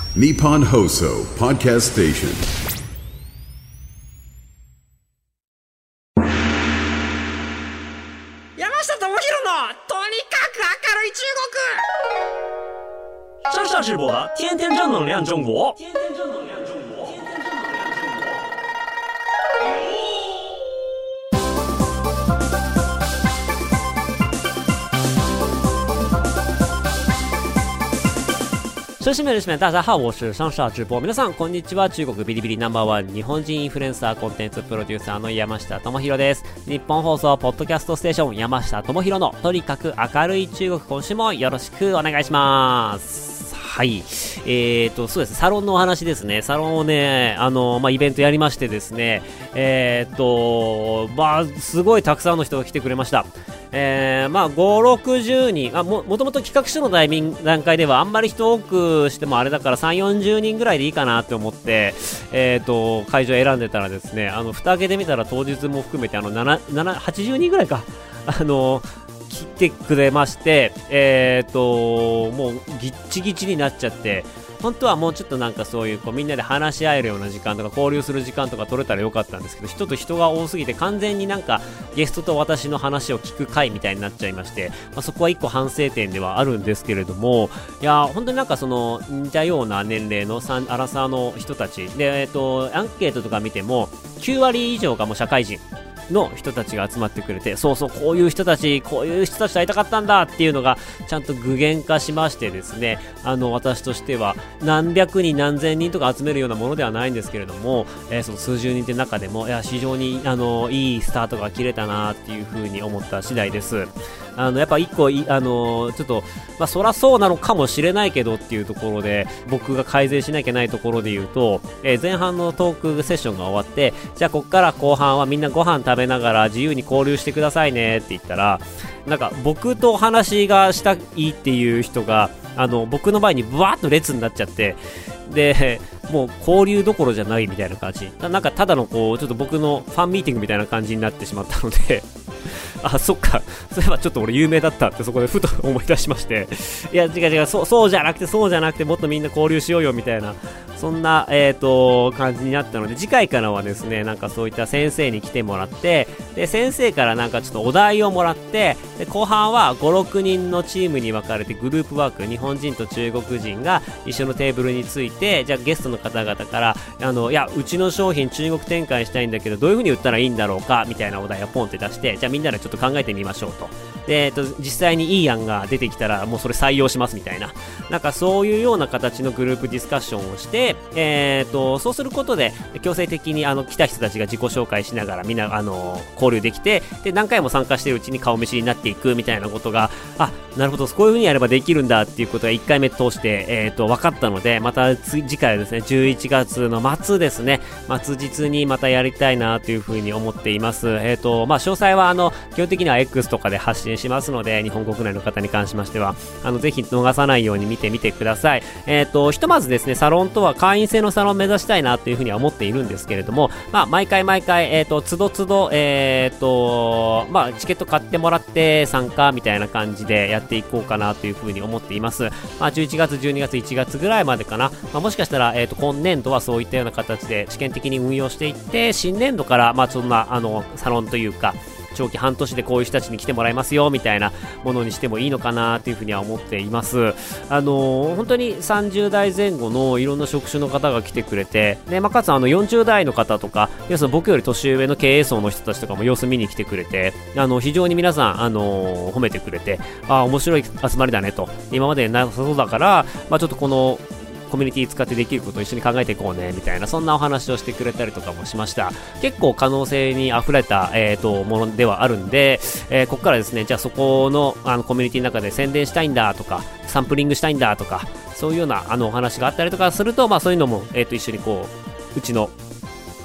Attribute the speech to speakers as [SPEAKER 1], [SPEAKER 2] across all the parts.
[SPEAKER 1] Nippon Hoso Podcast Station.
[SPEAKER 2] 山下智博のとにかく明るい中国。
[SPEAKER 3] 山下智博的天天正能量中国。初心者大家好，我是上下直播。皆さんこんにちは。中国ビリビリナンバーワン日本人インフルエンサーコンテンツプロデューサーの山下智博です。日本放送ポッドキャストステーション山下智博のとにかく明るい中国、今週もよろしくお願いします。はい。そうですね、サロンのお話ですね。サロンをね、イベントやりましてですね、すごいたくさんの人が来てくれました。5、60人、もともと企画書の段階ではあんまり人多くしてもあれだから3、40人ぐらいでいいかなって思って、会場選んでたらですね、蓋開けてみたら当日も含めて80人ぐらいか、来てくれまして、もうギッチギチになっちゃって、本当はもうちょっとなんかそういうみんなで話し合えるような時間とか交流する時間とか取れたらよかったんですけど、人と人が多すぎて完全になんかゲストと私の話を聞く会みたいになっちゃいまして、そこは一個反省点ではあるんですけれども、いや本当になんかその似たような年齢のアラサーの人たちで、アンケートとか見ても9割以上がもう社会人の人たちが集まってくれて、こういう人たちと会いたかったんだっていうのがちゃんと具現化しましてですね、私としては何百人何千人とか集めるようなものではないんですけれども、その数十人って中でも非常にいいスタートが切れたなっていう風に思った次第です。やっぱ一個ちょっとそらそうなのかもしれないけどっていうところで僕が改善しなきゃいけないところで言うと、前半のトークセッションが終わって、じゃあこっから後半はみんなご飯食べながら自由に交流してくださいねって言ったら、なんか僕とお話がしたいっていう人が僕の前にブワーッと列になっちゃって、でもう交流どころじゃないみたいな感じ、なんかただのちょっと僕のファンミーティングみたいな感じになってしまったのでそっか、そういえばちょっと俺有名だったってそこでふと思い出しまして、いや違うそうじゃなくてもっとみんな交流しようよみたいな、そんな感じになったので、次回からはですね、なんかそういった先生に来てもらって、で先生からなんかちょっとお題をもらって、で後半は5、6人のチームに分かれてグループワーク、日本人と中国人が一緒のテーブルについて、じゃあゲストの方々からいやうちの商品中国展開したいんだけどどういう風に売ったらいいんだろうかみたいなお題をポンって出して、じゃあみんなでちょっと考えてみましょうと。で、実際にいい案が出てきたらもうそれ採用しますみたいな、なんかそういうような形のグループディスカッションをして、そうすることで強制的に来た人たちが自己紹介しながらみんな交流できて、で何回も参加しているうちに顔見知りになっていくみたいなことが、なるほどこういう風にやればできるんだっていうことが1回目通して、分かったので、また次回はですね11月の末ですね、末日にまたやりたいなという風に思っています。詳細は基本的には X とかで発信しますので、日本国内の方に関しましてはぜひ逃さないように見てみてください。ひとまずですね、サロンとは会員制のサロンを目指したいなというふうには思っているんですけれども、毎回つどつどチケット買ってもらって参加みたいな感じでやっていこうかなというふうに思っています。11月、12月、1月ぐらいまでかな。もしかしたら今年度はそういったような形で試験的に運用していって、新年度からそんなサロンというか長期半年でこういう人たちに来てもらいますよみたいなものにしてもいいのかなというふうには思っています。本当に30代前後のいろんな職種の方が来てくれて、で、かつ40代の方とか、要するに僕より年上の経営層の人たちとかも様子見に来てくれて、非常に皆さん褒めてくれて、面白い集まりだねと、今までなさそうだから、ちょっとこのコミュニティ使ってできることを一緒に考えていこうねみたいな、そんなお話をしてくれたりとかもしました。結構可能性に溢れた、ものではあるんで、ここからですね、じゃあそこのコミュニティの中で宣伝したいんだとか、サンプリングしたいんだとか、そういうようなお話があったりとかすると、そういうのも、一緒にうちの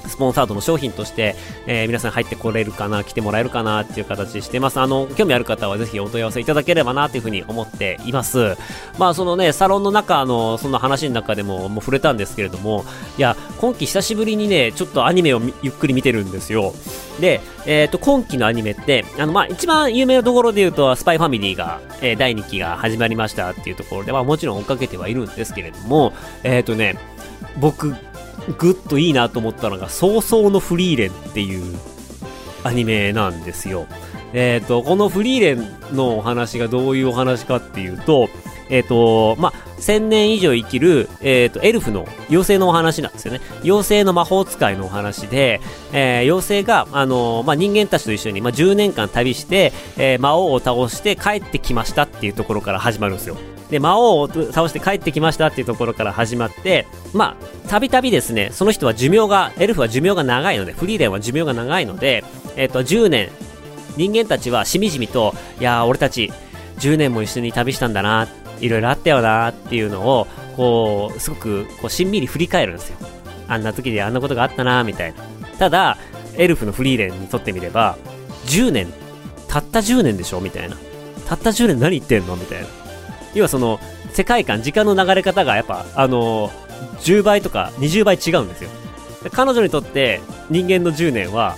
[SPEAKER 3] スポンサードの商品として、皆さん入ってこれるかな、来てもらえるかなっていう形してます。興味ある方はぜひお問い合わせいただければなというふうに思っています。まあそのね、サロンの中のその話の中でも触れたんですけれども、いや、今期久しぶりにね、ちょっとアニメをゆっくり見てるんですよ。で、今期のアニメって、一番有名なところで言うと、スパイファミリーが、第2期が始まりましたっていうところで、もちろん追っかけてはいるんですけれども、僕、ぐっといいなと思ったのが早々のフリーレンっていうアニメなんですよ。このフリーレンのお話がどういうお話かっていうと、1000年以上生きる、エルフの妖精のお話なんですよね。妖精の魔法使いのお話で、妖精が、人間たちと一緒に、10年間旅して、魔王を倒して帰ってきましたっていうところから始まるんですよ。で、魔王を倒して帰ってきましたっていうところから始まって、たびたびですね、その人はエルフは寿命が長いので、フリーレンは寿命が長いので、10年、人間たちはしみじみと、いやー、俺たち10年も一緒に旅したんだな、いろいろあったよなっていうのを、すごくしんみり振り返るんですよ。あんな時であんなことがあったなみたいな。ただ、エルフのフリーレンにとってみれば、たった10年でしょみたいな。たった10年何言ってんのみたいな。要はその、世界観、時間の流れ方がやっぱ、10倍とか20倍違うんですよ。彼女にとって人間の10年は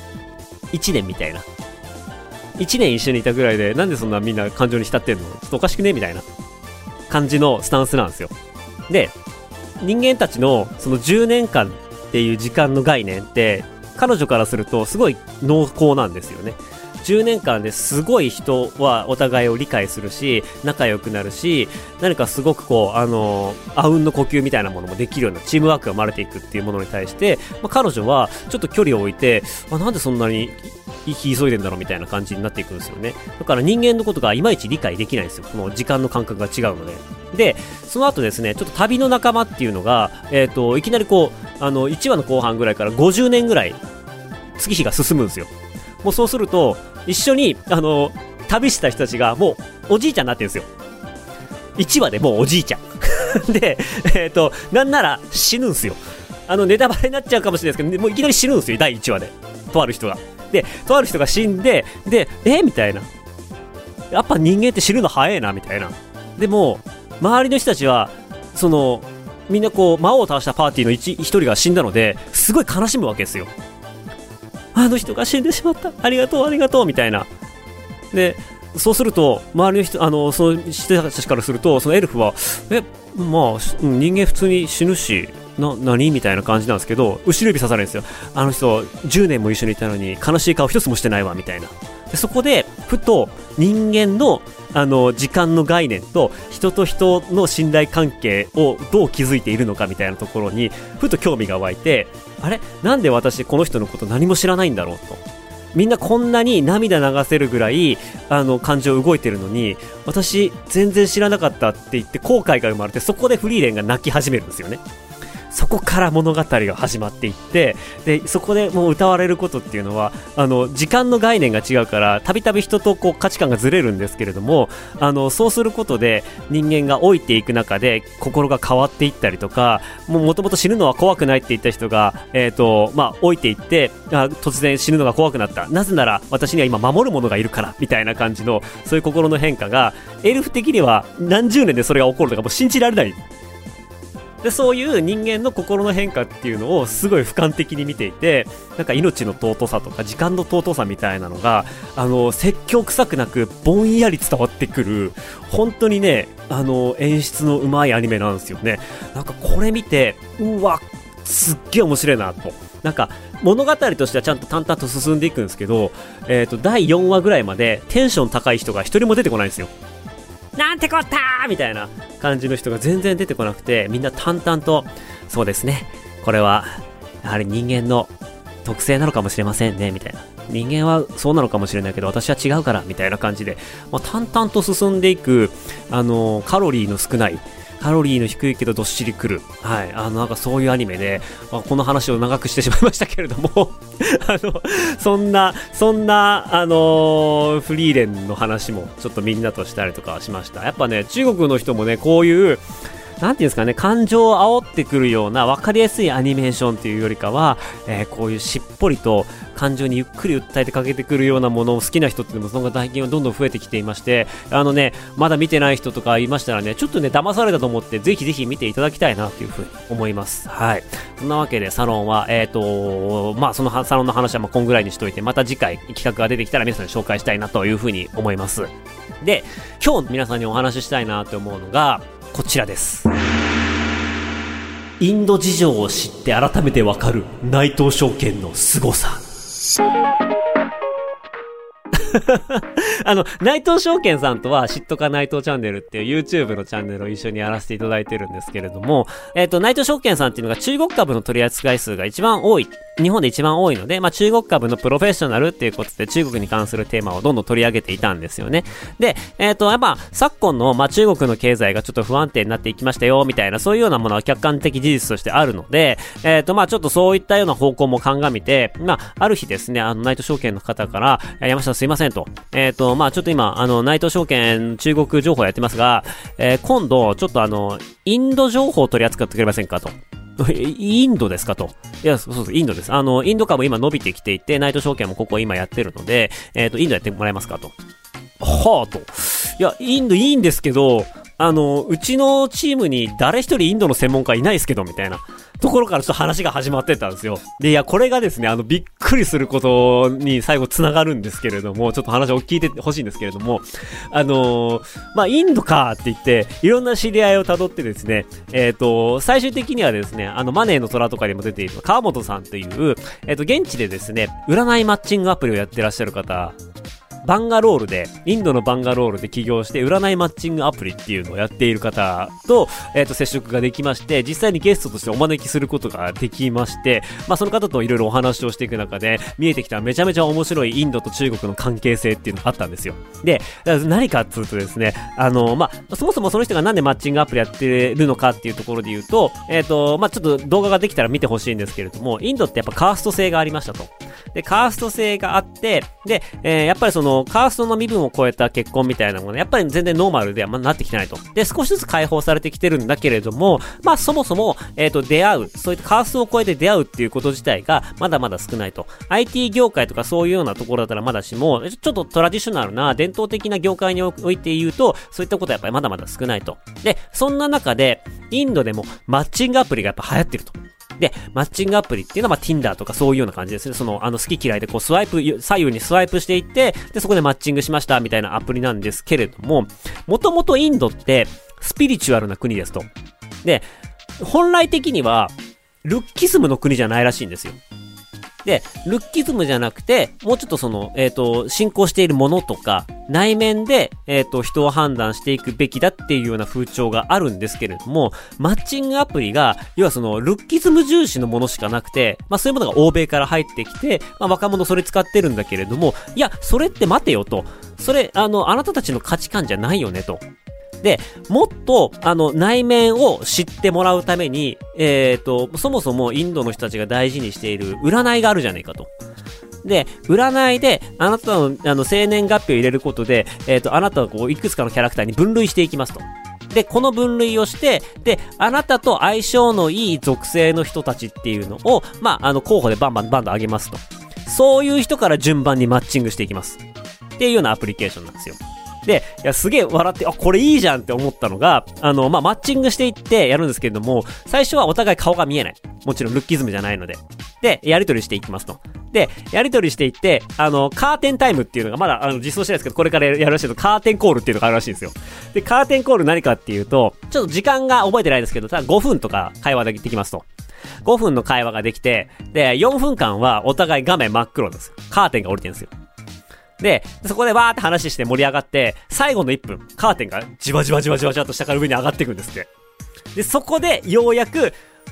[SPEAKER 3] 1年みたいな。1年一緒にいたぐらいで、なんでそんなみんな感情に浸ってんの？ちょっとおかしくねみたいな感じのスタンスなんですよ。で、人間たちのその10年間っていう時間の概念って彼女からするとすごい濃厚なんですよね。10年間ですごい人はお互いを理解するし、仲良くなるし、何かすごくあうんの呼吸みたいなものもできるようなチームワークが生まれていくっていうものに対して、彼女はちょっと距離を置いて、なんでそんなに生き急いでんだろうみたいな感じになっていくんですよね。だから人間のことがいまいち理解できないんですよ。この時間の感覚が違うので。で、その後ですね、ちょっと旅の仲間っていうのが、いきなり1話の後半ぐらいから50年ぐらい月日が進むんですよ。もうそうすると、一緒に、旅した人たちがもうおじいちゃんになってるんですよ。1話でもうおじいちゃん。で、なんなら死ぬんですよ。ネタバレになっちゃうかもしれないですけど、もういきなり死ぬんですよ、第1話で。とある人が。で、とある人が死んで、で、みたいな。やっぱ人間って死ぬの早いな、みたいな。でも、周りの人たちは、みんな魔王を倒したパーティーの一人が死んだので、すごい悲しむわけですよ。あの人が死んでしまった。ありがとう、ありがとう、みたいな。で、そうすると、周りの人、その人たちからすると、そのエルフは、人間普通に死ぬし、何みたいな感じなんですけど、後ろ指さされるんですよ。あの人、10年も一緒にいたのに、悲しい顔一つもしてないわ、みたいな。で、そこで、ふと、人間の、時間の概念と、人と人の信頼関係をどう築いているのかみたいなところに、ふと興味が湧いて、あれ？なんで私この人のこと何も知らないんだろうと。みんなこんなに涙流せるぐらい、感情動いてるのに、私全然知らなかったって言って後悔が生まれて、そこでフリーレンが泣き始めるんですよね。そこから物語が始まっていって、で、そこでもう歌われることっていうのは、時間の概念が違うから、たびたび人と価値観がずれるんですけれども、そうすることで人間が老いていく中で心が変わっていったりとか、もともと死ぬのは怖くないって言った人が、老いていって、突然死ぬのが怖くなった。なぜなら私には今守るものがいるから、みたいな感じの、そういう心の変化が、エルフ的には何十年でそれが起こるのかもう信じられない。で、そういう人間の心の変化っていうのをすごい俯瞰的に見ていて、なんか命の尊さとか時間の尊さみたいなのが、説教臭くなくぼんやり伝わってくる、本当にね、演出のうまいアニメなんですよね。なんかこれ見て、うわ、すっげえ面白いなと。なんか物語としてはちゃんと淡々と進んでいくんですけど、第4話ぐらいまでテンション高い人が一人も出てこないんですよ。なんてこったーみたいな感じの人が全然出てこなくて、みんな淡々と、そうですね、これはやはり人間の特性なのかもしれませんねみたいな、人間はそうなのかもしれないけど私は違うからみたいな感じで、淡々と進んでいく、カロリーの少ない、カロリーの低いけどどっしりくる、はい、なんかそういうアニメで、この話を長くしてしまいましたけれどもそんなフリーレンの話もちょっとみんなとしたりとかしました。やっぱね、中国の人もね、こういうなんていうんですかね、感情を煽ってくるような分かりやすいアニメーションっていうよりかは、こういうしっぽりと感情にゆっくり訴えてかけてくるようなものを好きな人っていうのもその最近はどんどん増えてきていまして、まだ見てない人とかいましたらね、ちょっとね騙されたと思ってぜひぜひ見ていただきたいなというふうに思います。はい。そんなわけでサロンはそのサロンの話はこんぐらいにしといて、また次回企画が出てきたら皆さんに紹介したいなというふうに思います。で、今日皆さんにお話ししたいなと思うのがこちらです。インド事情を知って改めてわかる内藤証券の凄さ。内藤証券さんとは、嫉妬か内藤チャンネルっていう YouTube のチャンネルを一緒にやらせていただいてるんですけれども、内藤証券さんっていうのが中国株の取り扱い数が一番多い、日本で一番多いので、中国株のプロフェッショナルっていうことで中国に関するテーマをどんどん取り上げていたんですよね。で、やっぱ昨今の、中国の経済がちょっと不安定になっていきましたよみたいな、そういうようなものは客観的事実としてあるので、ちょっとそういったような方向も鑑みて、ある日ですね、内藤証券の方から、山下さんすいませんと、ちょっと今内藤証券中国情報やってますが、今度ちょっとインド情報を取り扱ってくれませんかと。インドですかと。いや、そうインドです。インド株今伸びてきていて、内藤証券もここ今やってるので、インドやってもらえますかと。はぁと。いや、インドいいんですけど、うちのチームに誰一人インドの専門家いないですけど、みたいなところからちょっと話が始まってたんですよ。で、いや、これがですね、びっくりすることに最後繋がるんですけれども、ちょっと話を聞いてほしいんですけれども、インドかって言って、いろんな知り合いを辿ってですね、最終的にはですね、マネーの虎とかにも出ている川本さんという、現地でですね、占いマッチングアプリをやってらっしゃる方、バンガロールで、インドのバンガロールで起業して占いマッチングアプリっていうのをやっている方と、接触ができまして、実際にゲストとしてお招きすることができまして、その方といろいろお話をしていく中で、見えてきためちゃめちゃ面白いインドと中国の関係性っていうのがあったんですよ。で、何かっていうとですね、そもそもその人がなんでマッチングアプリやってるのかっていうところで言うと、ちょっと動画ができたら見てほしいんですけれども、インドってやっぱカースト制がありましたと。で、カースト制があって、で、やっぱりそのカーストの身分を超えた結婚みたいなものやっぱり全然ノーマルではなってきてないと。で、少しずつ解放されてきてるんだけれども、そもそも出会う、そういったカーストを超えて出会うっていうこと自体がまだまだ少ないと。IT 業界とかそういうようなところだったらまだしも、ちょっとトラディショナルな伝統的な業界において言うと、そういったことはやっぱりまだまだ少ないと。で、そんな中でインドでもマッチングアプリがやっぱ流行ってると。で、マッチングアプリっていうのはTinder とかそういうような感じですね。好き嫌いでこう左右にスワイプしていって、で、そこでマッチングしましたみたいなアプリなんですけれども、もともとインドってスピリチュアルな国ですと。で、本来的にはルッキズムの国じゃないらしいんですよ。で、ルッキズムじゃなくて、もうちょっと信仰しているものとか、内面で、人を判断していくべきだっていうような風潮があるんですけれども、マッチングアプリが、要はルッキズム重視のものしかなくて、そういうものが欧米から入ってきて、若者それ使ってるんだけれども、いや、それって待てよと。それ、あなたたちの価値観じゃないよねと。で、もっと、内面を知ってもらうために、そもそもインドの人たちが大事にしている占いがあるじゃないかと。で、占いで、あなたの、生年月日を入れることで、あなたはこう、いくつかのキャラクターに分類していきますと。で、この分類をして、で、あなたと相性のいい属性の人たちっていうのを、候補でバンバン上げますと。そういう人から順番にマッチングしていきます。っていうようなアプリケーションなんですよ。で、いや、すげえ笑って、これいいじゃんって思ったのが、マッチングしていってやるんですけれども、最初はお互い顔が見えない。もちろんルッキズムじゃないので。で、やり取りしていきますと。で、やり取りしていって、カーテンタイムっていうのがまだ、実装してないですけど、これからやるらしいと、カーテンコールっていうのがあるらしいんですよ。で、カーテンコール何かっていうと、ちょっと時間が覚えてないですけど、ただ5分とか会話できますと。5分の会話ができて、で、4分間はお互い画面真っ黒です。カーテンが降りてるんですよ。で、そこでわーって話して盛り上がって、最後の1分、カーテンがじわじわじわじわじわと下から上に上がっていくんですって。で、そこでようやく、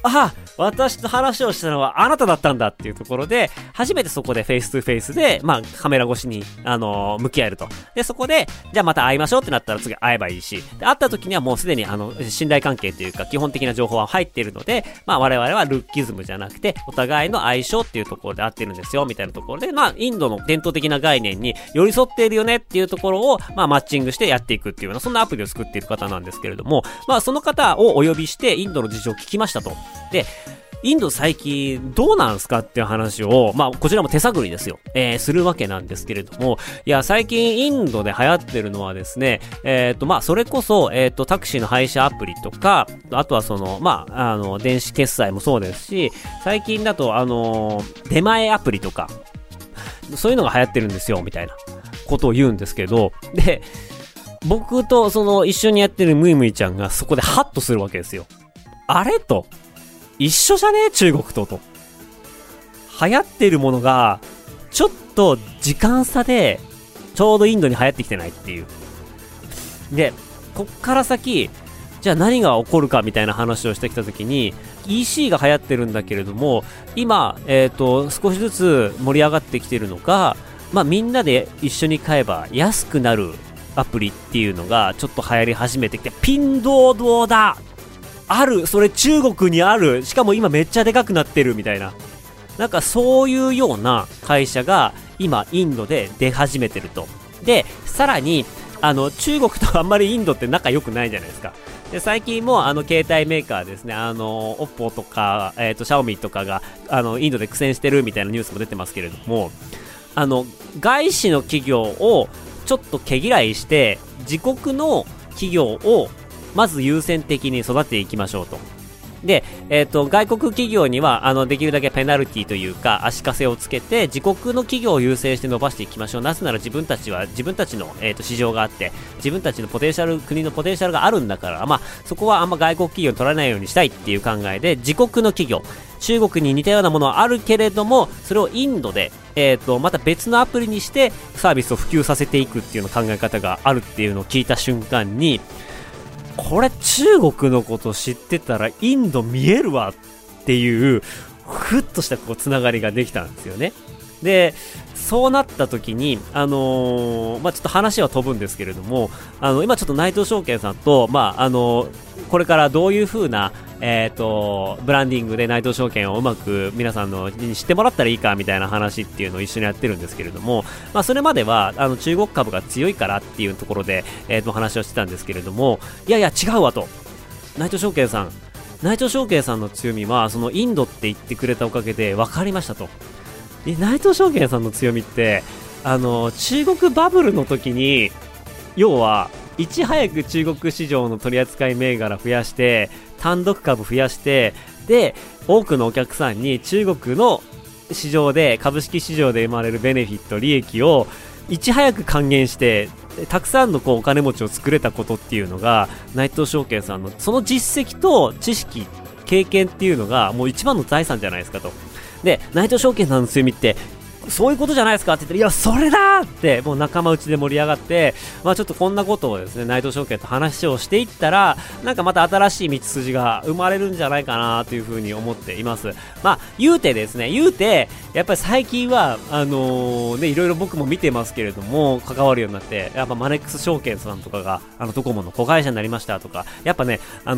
[SPEAKER 3] 私と話をしたのはあなただったんだっていうところで、初めてそこでフェイストゥフェイスで、カメラ越しに、向き合えると。で、そこで、じゃあまた会いましょうってなったら次会えばいいし、で、会った時にはもうすでに信頼関係というか、基本的な情報は入っているので、我々はルッキズムじゃなくて、お互いの相性っていうところで合ってるんですよ、みたいなところで、インドの伝統的な概念に寄り添っているよねっていうところを、マッチングしてやっていくっていうような、そんなアプリを作っている方なんですけれども、その方をお呼びして、インドの事情を聞きましたと。で、インド最近どうなんすかっていう話を、こちらも手探りですよ。するわけなんですけれども、いや、最近インドで流行ってるのはですね、それこそ、タクシーの配車アプリとか、あとは電子決済もそうですし、最近だと、出前アプリとか、そういうのが流行ってるんですよ、みたいなことを言うんですけど、で、僕と一緒にやってるムイムイちゃんがそこでハッとするわけですよ。あれと。一緒じゃねえ中国と。流行ってるものが、ちょっと時間差で、ちょうどインドに流行ってきてないっていう。で、こっから先、じゃあ何が起こるかみたいな話をしてきたときに、EC が流行ってるんだけれども、今、少しずつ盛り上がってきてるのが、みんなで一緒に買えば安くなるアプリっていうのがちょっと流行り始めてきて、ピンドードーだある、それ中国にある、しかも今めっちゃでかくなってるみたいな、なんかそういうような会社が今インドで出始めてると。で、さらに中国とあんまりインドって仲良くないじゃないですか。で、最近も携帯メーカーですね、OPPO とかXiaomi とかがインドで苦戦してるみたいなニュースも出てますけれども、外資の企業をちょっと毛嫌いして自国の企業をまず優先的に育てていきましょうと。で、外国企業には、できるだけペナルティというか、足かせをつけて、自国の企業を優先して伸ばしていきましょう。なぜなら自分たちは、自分たちの、市場があって、自分たちのポテンシャル、国のポテンシャルがあるんだから、そこはあんま外国企業に取らないようにしたいっていう考えで、自国の企業、中国に似たようなものはあるけれども、それをインドで、また別のアプリにして、サービスを普及させていくっていうの考え方があるっていうのを聞いた瞬間に、これ中国のこと知ってたらインド見えるわっていうふっとしたつながりができたんですよね。で、そうなった時にちょっと話は飛ぶんですけれども、今ちょっと内藤証券さんとこれからどういう風なブランディングで内藤証券をうまく皆さんのに知ってもらったらいいかみたいな話っていうのを一緒にやってるんですけれども、それまでは中国株が強いからっていうところで話をしてたんですけれども、いやいや違うわと。内藤証券さんの強みはそのインドって言ってくれたおかげで分かりましたと。内藤証券さんの強みって中国バブルの時に、要はいち早く中国市場の取扱い銘柄増やして単独株増やして、で多くのお客さんに中国の市場で株式市場で生まれるベネフィット利益をいち早く還元してたくさんのお金持ちを作れたことっていうのが内藤証券さんのその実績と知識経験っていうのがもう一番の財産じゃないですかと。で、内藤証券さんの強みってそういうことじゃないですかって言って、いやそれだってもう仲間内で盛り上がって、ちょっとこんなことをですね内藤証券と話をしていったら、なんかまた新しい道筋が生まれるんじゃないかなというふうに思っています。言うてやっぱり最近はいろいろ僕も見てますけれども、関わるようになって、やっぱマネックス証券さんとかがドコモの子会社になりましたとか、やっぱね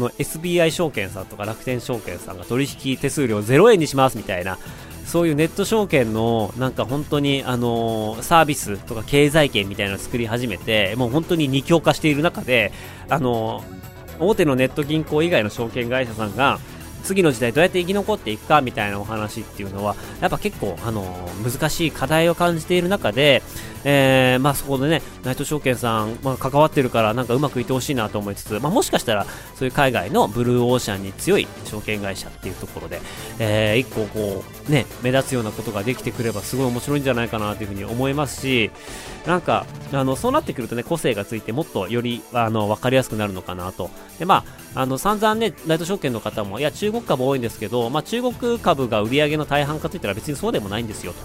[SPEAKER 3] SBI 証券さんとか楽天証券さんが取引手数料0円にしますみたいな、そういうネット証券のなんか本当にサービスとか経済圏みたいなのを作り始めて、もう本当に二強化している中で、大手のネット銀行以外の証券会社さんが次の時代どうやって生き残っていくかみたいなお話っていうのはやっぱ結構難しい課題を感じている中で、そこでね内藤証券さん、関わってるからなんかうまくいってほしいなと思いつつ、もしかしたらそういう海外のブルーオーシャンに強い証券会社っていうところで、一個目立つようなことができてくればすごい面白いんじゃないかなというふうに思いますし、なんかそうなってくるとね個性がついてもっとより分かりやすくなるのかなと。で散々ね内藤証券の方もいや中国株多いんですけど、中国株が売上の大半かといったら別にそうでもないんですよと。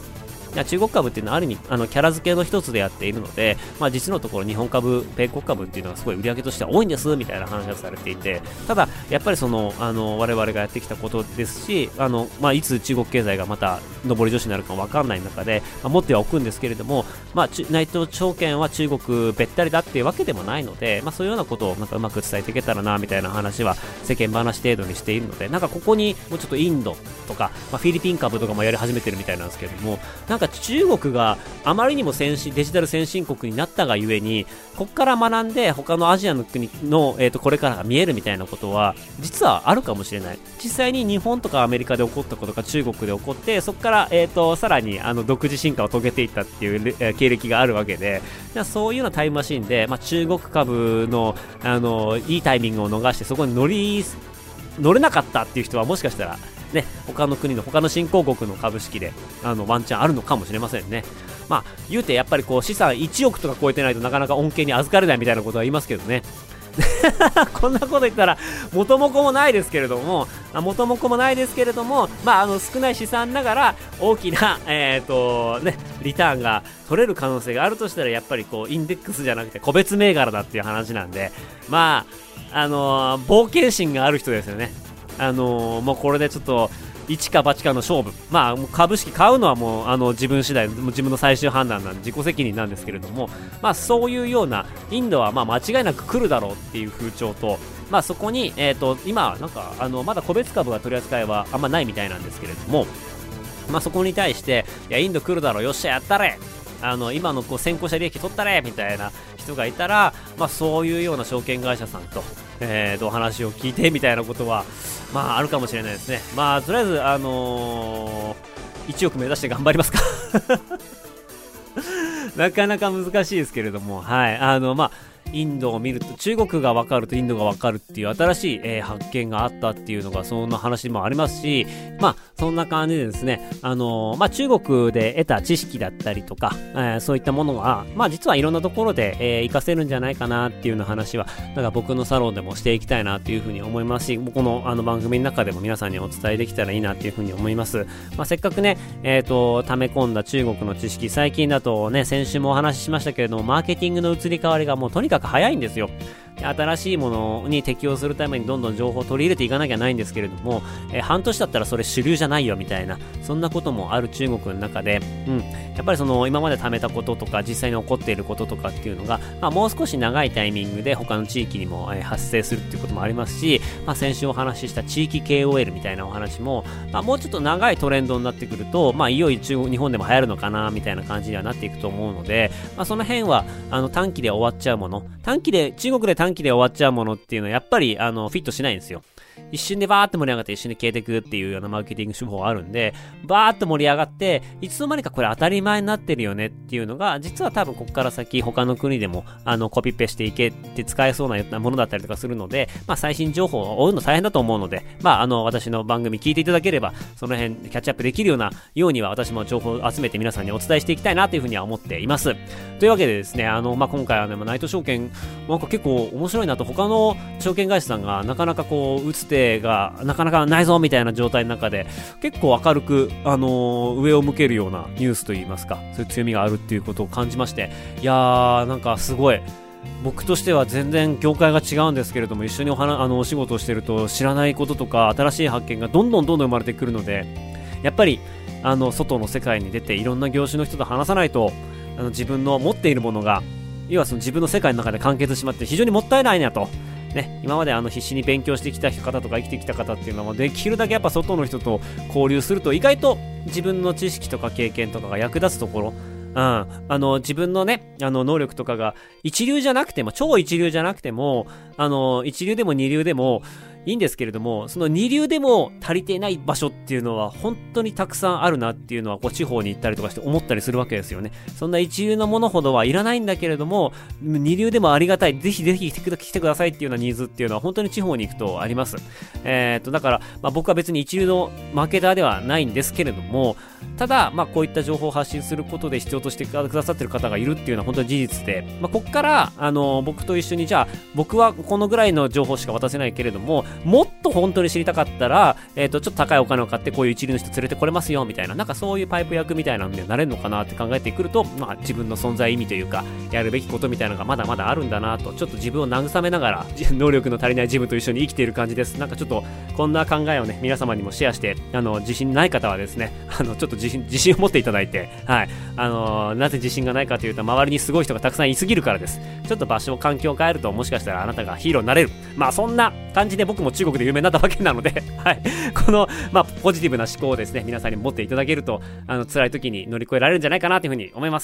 [SPEAKER 3] 中国株っていうのはある意味キャラ付けの一つでやっているので、実のところ日本株、米国株っていうのがすごい売り上げとしては多いんですみたいな話がされていて、ただやっぱりその我々がやってきたことですし、いつ中国経済がまた上り調子になるか分かんない中で、持ってはおくんですけれども、内藤証券は中国べったりだっていうわけでもないので、そういうようなことをなんかうまく伝えていけたらなみたいな話は世間話程度にしているので、なんかここにもうちょっとインドとか、フィリピン株とかもやり始めてるみたいなんですけれども、なんか中国があまりにもデジタル先進国になったがゆえに、ここから学んで他のアジアの国の、これからが見えるみたいなことは実はあるかもしれない。実際に日本とかアメリカで起こったことが中国で起こって、そこから、さらに独自進化を遂げていったっていう、経歴があるわけで、そういうようなタイムマシンで、中国株の、いいタイミングを逃してそこに乗れなかったっていう人はもしかしたらね、他の国の他の新興国の株式でワンチャンあるのかもしれませんね。言うてやっぱりこう資産1億とか超えてないとなかなか恩恵に預かれないみたいなことは言いますけどねこんなこと言ったら元も子もないですけれども、少ない資産ながら大きな、リターンが取れる可能性があるとしたら、やっぱりこうインデックスじゃなくて個別銘柄だっていう話なんで、冒険心がある人ですよね。もうこれでちょっと一か八かの勝負、株式買うのはもう自分次第、自分の最終判断なんで自己責任なんですけれども、そういうようなインドは間違いなく来るだろうっていう風潮と、そこに、今なんかまだ個別株が取り扱いはあんまないみたいなんですけれども、そこに対していやインド来るだろう、よっしゃやったれ、今のこう先行者利益取ったれみたいな人がいたら、そういうような証券会社さんと、お話を聞いてみたいなことはあるかもしれないですね。とりあえず1億目指して頑張りますかなかなか難しいですけれども、インドを見ると中国が分かるとインドが分かるっていう新しい、発見があったっていうのがそんな話もありますし、そんな感じでですね、中国で得た知識だったりとか、そういったものが実はいろんなところで、活かせるんじゃないかなっていうような話はなんか僕のサロンでもしていきたいなというふうに思いますし、この番組の中でも皆さんにお伝えできたらいいなというふうに思います。せっかくね、溜め込んだ中国の知識、最近だとね、先週もお話ししましたけれども、マーケティングの移り変わりがもうとにかく早いんですよ。新しいものに適応するためにどんどん情報を取り入れていかなきゃないんですけれども、半年だったらそれ主流じゃないよみたいな、そんなこともある中国の中で、やっぱりその今まで貯めたこととか実際に起こっていることとかっていうのが、もう少し長いタイミングで他の地域にも、発生するっていうこともありますし、先週お話しした地域 KOL みたいなお話も、もうちょっと長いトレンドになってくると、いよいよ日本でも流行るのかなみたいな感じにはなっていくと思うので、その辺は短期で終わっちゃうもの、中国で短期で終わっちゃうものっていうのはやっぱりフィットしないんですよ。一瞬でバーって盛り上がって一瞬で消えていくっていうようなマーケティング手法があるんで、バーって盛り上がっていつの間にかこれ当たり前になってるよねっていうのが、実は多分ここから先他の国でもコピペしていけって使えそうなものだったりとかするので、最新情報を追うの大変だと思うので、私の番組聞いていただければその辺キャッチアップできるようには私も情報を集めて皆さんにお伝えしていきたいなというふうには思っています。というわけでですね、今回はね、内藤証券なんか結構面白いなと、他の証券会社さんがなかなかこう打つ手がなかなかないぞみたいな状態の中で結構明るく、上を向けるようなニュースといいますか、そういう強みがあるっていうことを感じまして、いやーなんかすごい僕としては全然業界が違うんですけれども、一緒にお仕事をしていると知らないこととか新しい発見がどんどん生まれてくるので、やっぱり外の世界に出ていろんな業種の人と話さないと自分の持っているものが要はその自分の世界の中で完結してしまって非常にもったいないなと。ね、今まで必死に勉強してきた方とか生きてきた方っていうのはできるだけやっぱ外の人と交流すると意外と自分の知識とか経験とかが役立つところ、自分のね能力とかが一流じゃなくても超一流じゃなくても一流でも二流でもいいんですけれども、その二流でも足りていない場所っていうのは本当にたくさんあるなっていうのはこう地方に行ったりとかして思ったりするわけですよね。そんな一流のものほどはいらないんだけれども、二流でもありがたい、ぜひぜひ来てくださいっていうようなニーズっていうのは本当に地方に行くとあります。だから、僕は別に一流のマーケターではないんですけれども、ただこういった情報を発信することで必要としてくださってる方がいるっていうのは本当に事実で、ここから僕と一緒にじゃあ僕はこのぐらいの情報しか渡せないけれども、 もっと本当に知りたかったら、ちょっと高いお金を買ってこういう一流の人連れてこれますよみたいな、なんかそういうパイプ役みたいなのでなれるのかなって考えてくると、まあ自分の存在意味というかやるべきことみたいなのがまだまだあるんだなと、ちょっと自分を慰めながら能力の足りない自分と一緒に生きている感じです。なんかちょっとこんな考えをね皆様にもシェアして、自信ない方はですね、ちょっと自信を持っていただいて、はい、なぜ自信がないかというと、周りにすごい人がたくさんいすぎるからです。ちょっと場所環境を変えると、もしかしたらあなたがヒーローになれる、まあそんな感じで僕も中国で有名になったわけなのではい、この、まあ、ポジティブな思考をですね皆さんに持っていただけると、辛い時に乗り越えられるんじゃないかなというふうに思います。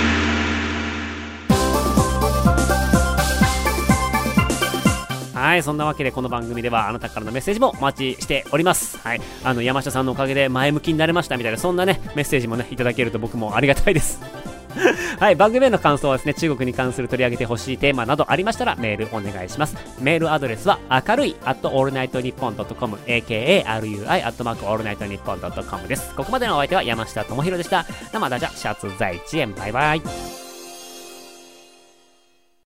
[SPEAKER 3] はい、そんなわけでこの番組ではあなたからのメッセージもお待ちしております。はい、山下さんのおかげで前向きになれましたみたいな、そんなねメッセージもねいただけると僕もありがたいですはい、番組への感想はですね、中国に関する取り上げてほしいテーマなどありましたらメールお願いします。メールアドレスは明るい@allnightnippon.com akarui@allnightnippon.com です。ここまでのお相手は山下智博でした。那么大家下次再见，拜拜。